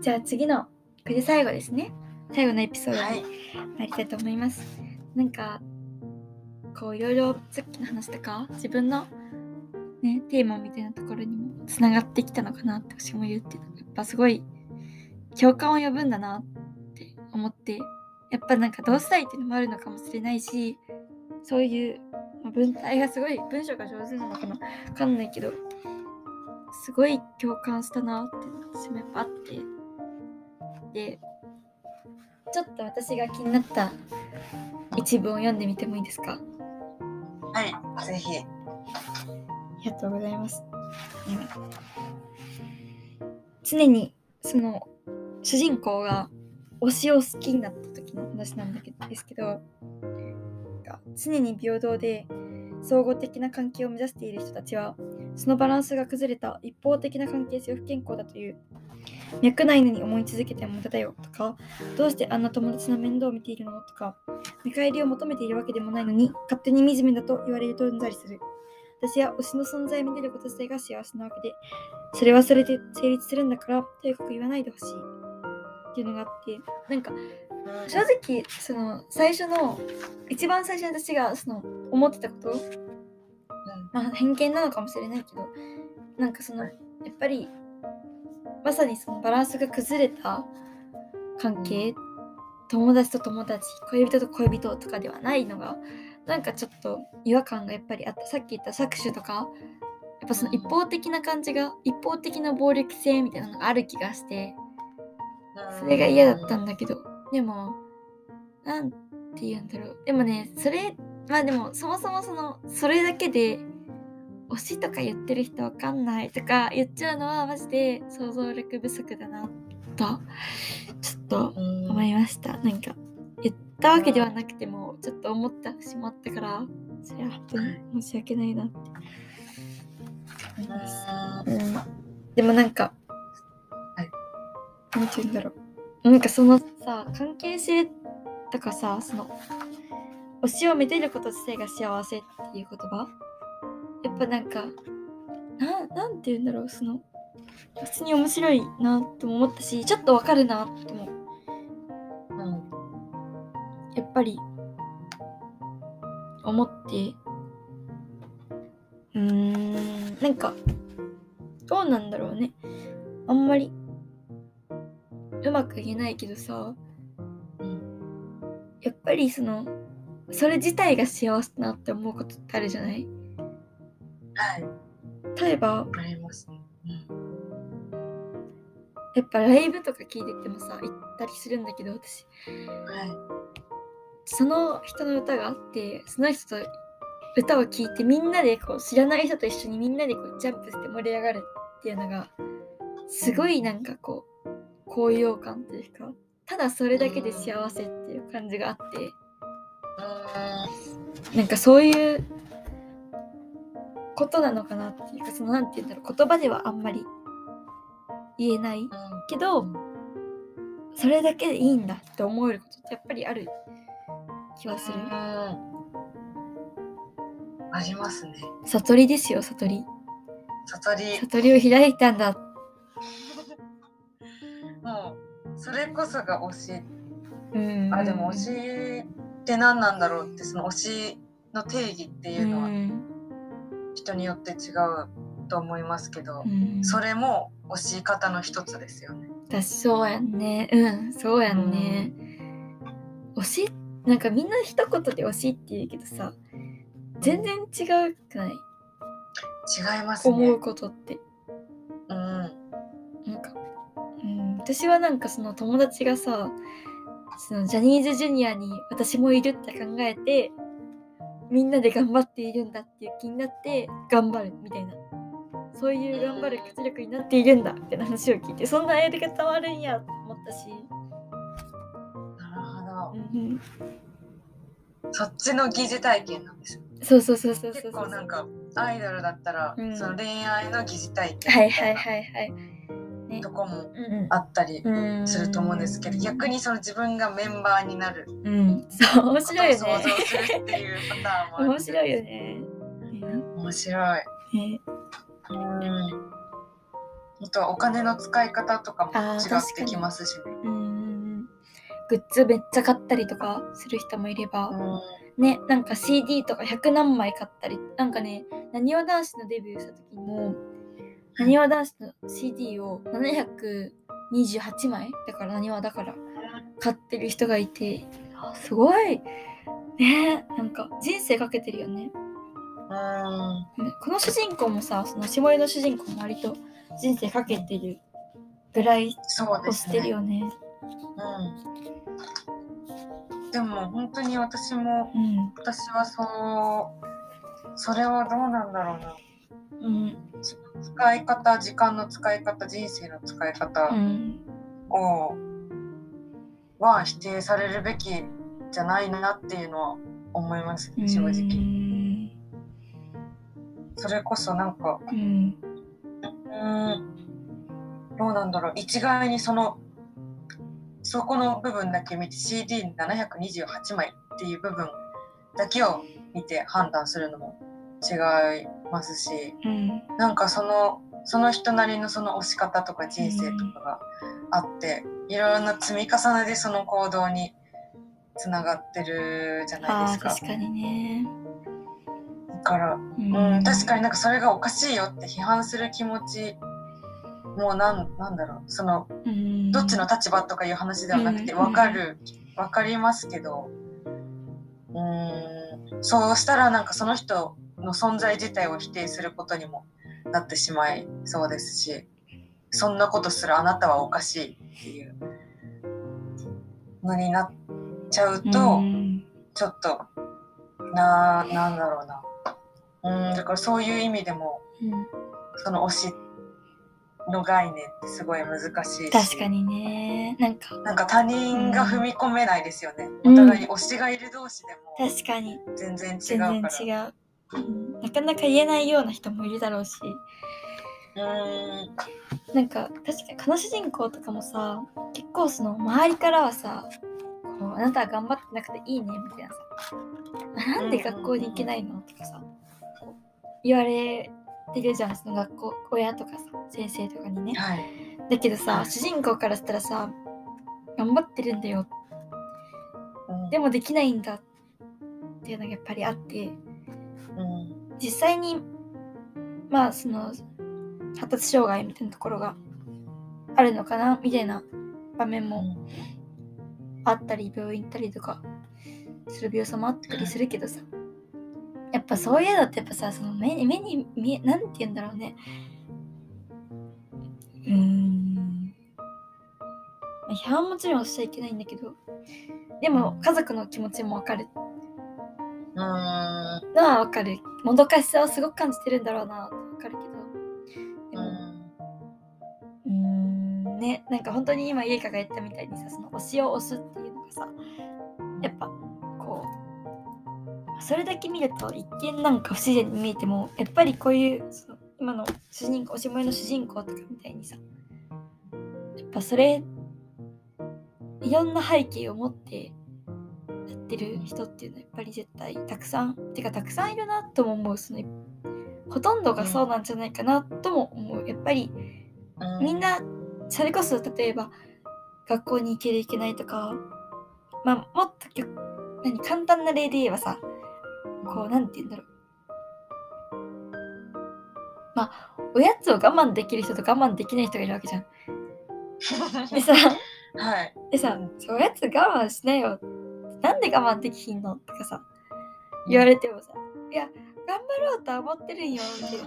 じゃあ次のこれで最後ですね。最後のエピソードに参りたいと思います。なんかこういろいろさっきの話とか自分のねテーマみたいなところにもつながってきたのかなって私も言ってた。やっぱすごい共感を呼ぶんだなって思って、やっぱなんか同世代っていうのもあるのかもしれないし、そういう文体がすごい文章が上手なのかな分かんないけど、すごい共感したなって私もやっぱあって、でちょっと私が気になった一文を読んでみてもいいですか？ はい、ぜひ。 ありがとうございます。常にその主人公が推しを好きになった時の話なんですけど、常に平等で総合的な関係を目指している人たちは、そのバランスが崩れた一方的な関係性を不健康だという。脈ないのに思い続けても無駄だよとか、どうしてあんな友達の面倒を見ているのとか、見返りを求めているわけでもないのに勝手に惨めだと言われるとうんざりする。私は推しの存在を見れること自体が幸せなわけで、それはそれで成立するんだからとにかく言わないでほしいっていうのがあって、なんか正直その一番最初に私がその思ってたこと、偏見なのかもしれないけど、なんかそのやっぱりまさにそのバランスが崩れた関係、友達と友達、恋人と恋人とかではないのがなんかちょっと違和感がやっぱりあった。さっき言った搾取とか、やっぱその一方的な感じが、一方的な暴力性みたいなのがある気がして、それが嫌だったんだけど、でもなんて言うんだろう、でもね、それでもそもそもそれだけで推しとか言ってる人わかんないとか言っちゃうのはマジで想像力不足だなとちょっと思いました。なんか言ったわけではなくてもちょっと思った節もあったから、それは本当に申し訳ないなって思います。でもなんか、なんて言うんだろう、なんかそのさ、関係性とかさ、その推しをめでること自体が幸せっていう言葉、やっぱなんかなんて言うんだろう、その普通に面白いなとも思ったし、ちょっとわかるなとも、やっぱり思って、なんかどうなんだろうね、あんまりうまく言えないけどさ、やっぱりそれ自体が幸せだなって思うことってあるじゃない？例えばありますね。 やっぱライブとか聞いててもさ、行ったりするんだけど、私、その人の歌があって、その人と歌を聴いてみんなでこう知らない人と一緒にみんなでこうジャンプして盛り上がるっていうのがすごいなんかこう高揚感というか、ただそれだけで幸せっていう感じがあって、なんかそういうことなのかなっていうか、そのなんて言うんだろう、言葉ではあんまり言えないけど、それだけでいいんだって思えることってやっぱりある気はする。 ありますね。 悟りですよ、悟り。 悟りを開いたんだ。 もうそれこそが推し。でも推しって何なんだろうって、その推しの定義っていうのは人によって違うと思いますけど、それも推し方の一つですよね。 そうやんね。そうやんね。推し、なんかみんな一言で推しって言うけどさ、全然違うくない？ 違いますね。 思うことって。なんか、私はなんかその友達がさ、そのジャニーズジュニアに私もいるって考えて、みんなで頑張っているんだっていう気になって頑張るみたいな、そういう頑張る活力になっているんだって話を聞いて、そんなやり方もあるんやと思ったし。 なるほど。そっちの疑似体験なんですよ。 そう。 結構なんかアイドルだったら、その恋愛の疑似体験みたいなとこもあったりすると思うんですけど、逆にその自分がメンバーになる、 そう面白いよね。 想像するっていうパターンもある。 面白いよね。 面白い。 あとはお金の使い方とかも違ってきますしね。 グッズめっちゃ買ったりとかする人もいれば、ね、なんか CD とか100何枚買ったり、なんかね、なにわ男子のデビューした時も、なにわ男子の CD を728枚だから、なにわだから買ってる人がいて、すごいね、なんか人生かけてるよね。この主人公もさ、その下絵の主人公も割と人生かけてるぐらいをしてるよね。 でも本当に私はそれはどうなんだろうな。使い方、時間の使い方、人生の使い方は否定されるべきじゃないなっていうのは思いますね、正直。それこそなんか、どうなんだろう、一概にそこの部分だけ見て CD728 枚っていう部分だけを見て判断するのも違いますし、なんかその人なりのその推し方とか人生とかがあって、いろんな積み重ねでその行動につながってるじゃないですか。 確かにね。 だから、確かになんかそれがおかしいよって批判する気持ちもなんだろう、どっちの立場とかいう話ではなくて分かりますけど、そうしたらなんかその人の存在自体を否定することにもなってしまいそうですし、そんなことするあなたはおかしいっていうのになっちゃうと、ちょっとなんだろうな、だからそういう意味でも、その推しの概念ってすごい難しいし、 確かにね、 なんか他人が踏み込めないですよね、お互いに推しがいる同士でも確かに全然違うから、 なかなか言えないような人もいるだろうし、なんか確かにこの主人公とかもさ、結構その周りからはさ、こうあなたは頑張ってなくていいねみたいなさ、なんで学校に行けないのとかさ、こう言われてるじゃん、その学校親とかさ先生とかにね、だけどさ、主人公からしたらさ、頑張ってるんだよ、でもできないんだっていうのがやっぱりあって、実際にまあその発達障害みたいなところがあるのかなみたいな場面もあったり、病院行ったりとかする描写もあったりするけどさ、やっぱそういうのってやっぱさ、その目に見え、なんて言うんだろうね、批判もちろんしちゃいけないんだけど、でも家族の気持ちもわかるのはわかる。もどかしさをすごく感じてるんだろうなってわかるけど、でもね、なんか本当に今ゆいかが言ったみたいにさ、その推しを推すっていうのがさ、やっぱこうそれだけ見ると一見なんか不自然に見えても、やっぱりこういうその今の主人公、おしまいの主人公とかみたいにさ、やっぱそれいろんな背景を持ってやってる人っていうのはやっぱり絶対たくさんいるなとも思う。そのほとんどがそうなんじゃないかなとも思う。やっぱりみんなそれこそ例えば学校に行ける行けないとか、まあもっと簡単な例で言えばさ、こうなんて言うんだろう、まあおやつを我慢できる人と我慢できない人がいるわけじゃん。でさ、おやつ我慢しなよ、なんで我慢できひんのとかさ言われてもさ、いや頑張ろうとは思ってるんよみたいな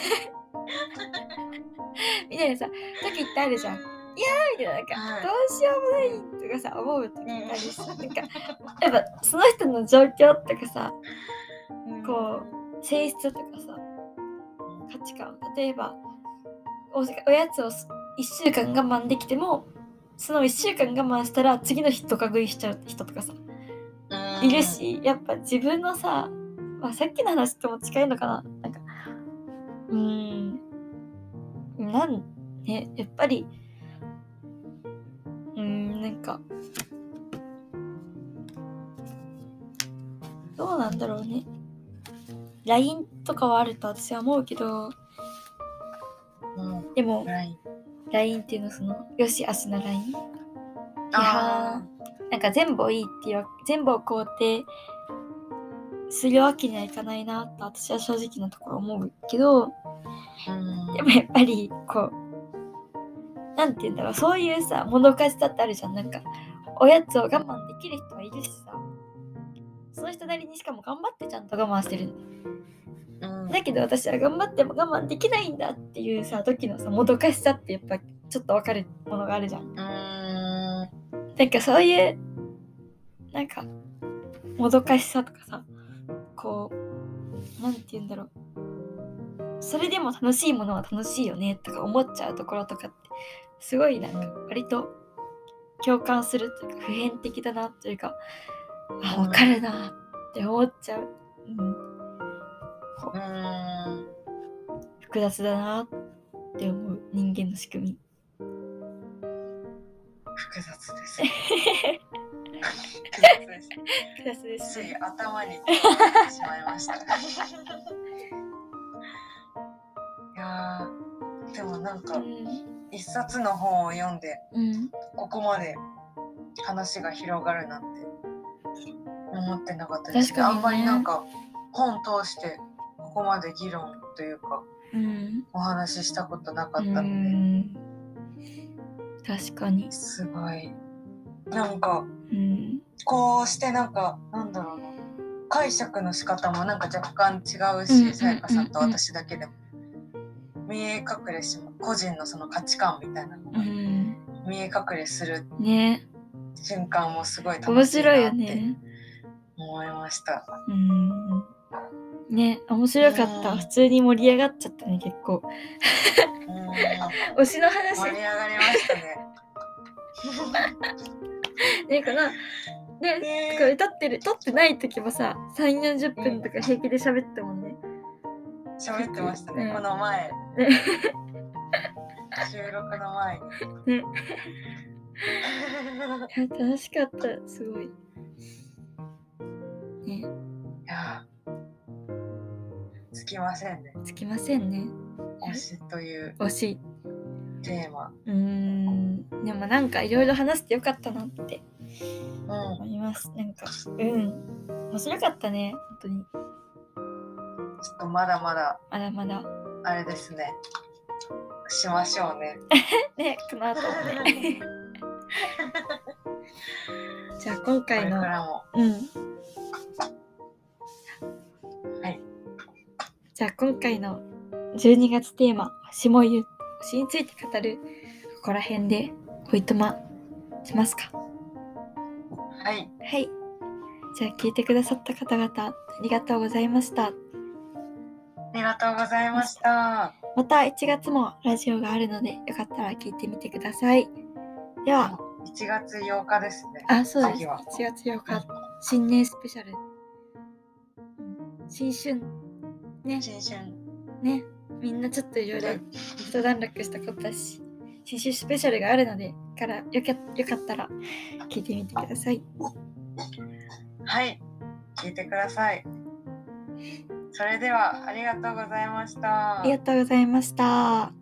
みたいなさ時ってあるじゃん。いやーみたいな、なんか、どうしようもないとかさ思う時ってあるし、なんかやっぱその人の状況とかさ、こう性質とかさ価値観、例えばおやつを1週間我慢できても、その1週間我慢したら次の日とか食いしちゃう人とかさいるし、やっぱ自分のさ、さっきの話とも近いのかな、なんかやっぱりなんかどうなんだろうね。 LINE とかはあると私は思うけど、でも LINE っていうの、そのよしあしな LINE 批あ判、なんか全部をいいっていう全部を肯定するわけにはいかないなと私は正直なところ思うけど、でもやっぱりこうなんて言うんだろう、そういうさもどかしさってあるじゃん。なんかおやつを我慢できる人はいるしさ、その人なりにしかも頑張ってちゃんと我慢してるだけど私は頑張っても我慢できないんだっていうさ時のさもどかしさってやっぱちょっと分かるものがあるじゃん。なんかそういうなんかもどかしさとかさ、こうなんて言うんだろう、それでも楽しいものは楽しいよねとか思っちゃうところとかってすごいなんか割と共感するというか普遍的だなというか、あ、分かるなって思っちゃう、複雑だなって思う人間の仕組み。 複雑ですね。 複雑ですつい頭にきてしまいました。いやでもなんか、一冊の本を読んで、ここまで話が広がるなんて思ってなかったですね。あんまりなんか本通してここまで議論というか、お話ししたことなかったので、 確かにすごいなんか、こうしてなんかなんだろうな、解釈の仕方もなんか若干違うし、さやかさんと私だけでも見え隠れしまう、個人のその価値観みたいなのが見え隠れする瞬間もすごい楽しいなって思いました。 ね、面白かった。普通に盛り上がっちゃったね、結構。推しの話。 盛り上がりましたね。 ね、かな。ね、これ撮ってない時もさ、3、40分とか平気で喋ったもんね。 喋ってましたね、この前。収録の前に。ね。 楽しかった、すごい。ね。いや、つきませんね。 つきませんね。 推しという推しテーマ。 でもなんかいろいろ話してよかったなって思います。なんか面白かったね、本当に。 ちょっとまだまだあれですね。しましょうね。 ね、この後もね。じゃあ今回のこれからもはい。 じゃあ今回の12月テーマ星もゆ、星について語るここら辺でおいとましますか。 はい。 はい。じゃあ聞いてくださった方々ありがとうございました。 ありがとうございました。 また1月もラジオがあるのでよかったら聞いてみてください。では 1月8日ですね。 あ、そうです。1月8日、新年スペシャル。新春ね。 新春ね。みんなちょっといろいろ一段落したことだし、新春スペシャルがあるのでからよかったら聞いてみてください。 はい、聞いてください。それではありがとうございました。 ありがとうございました。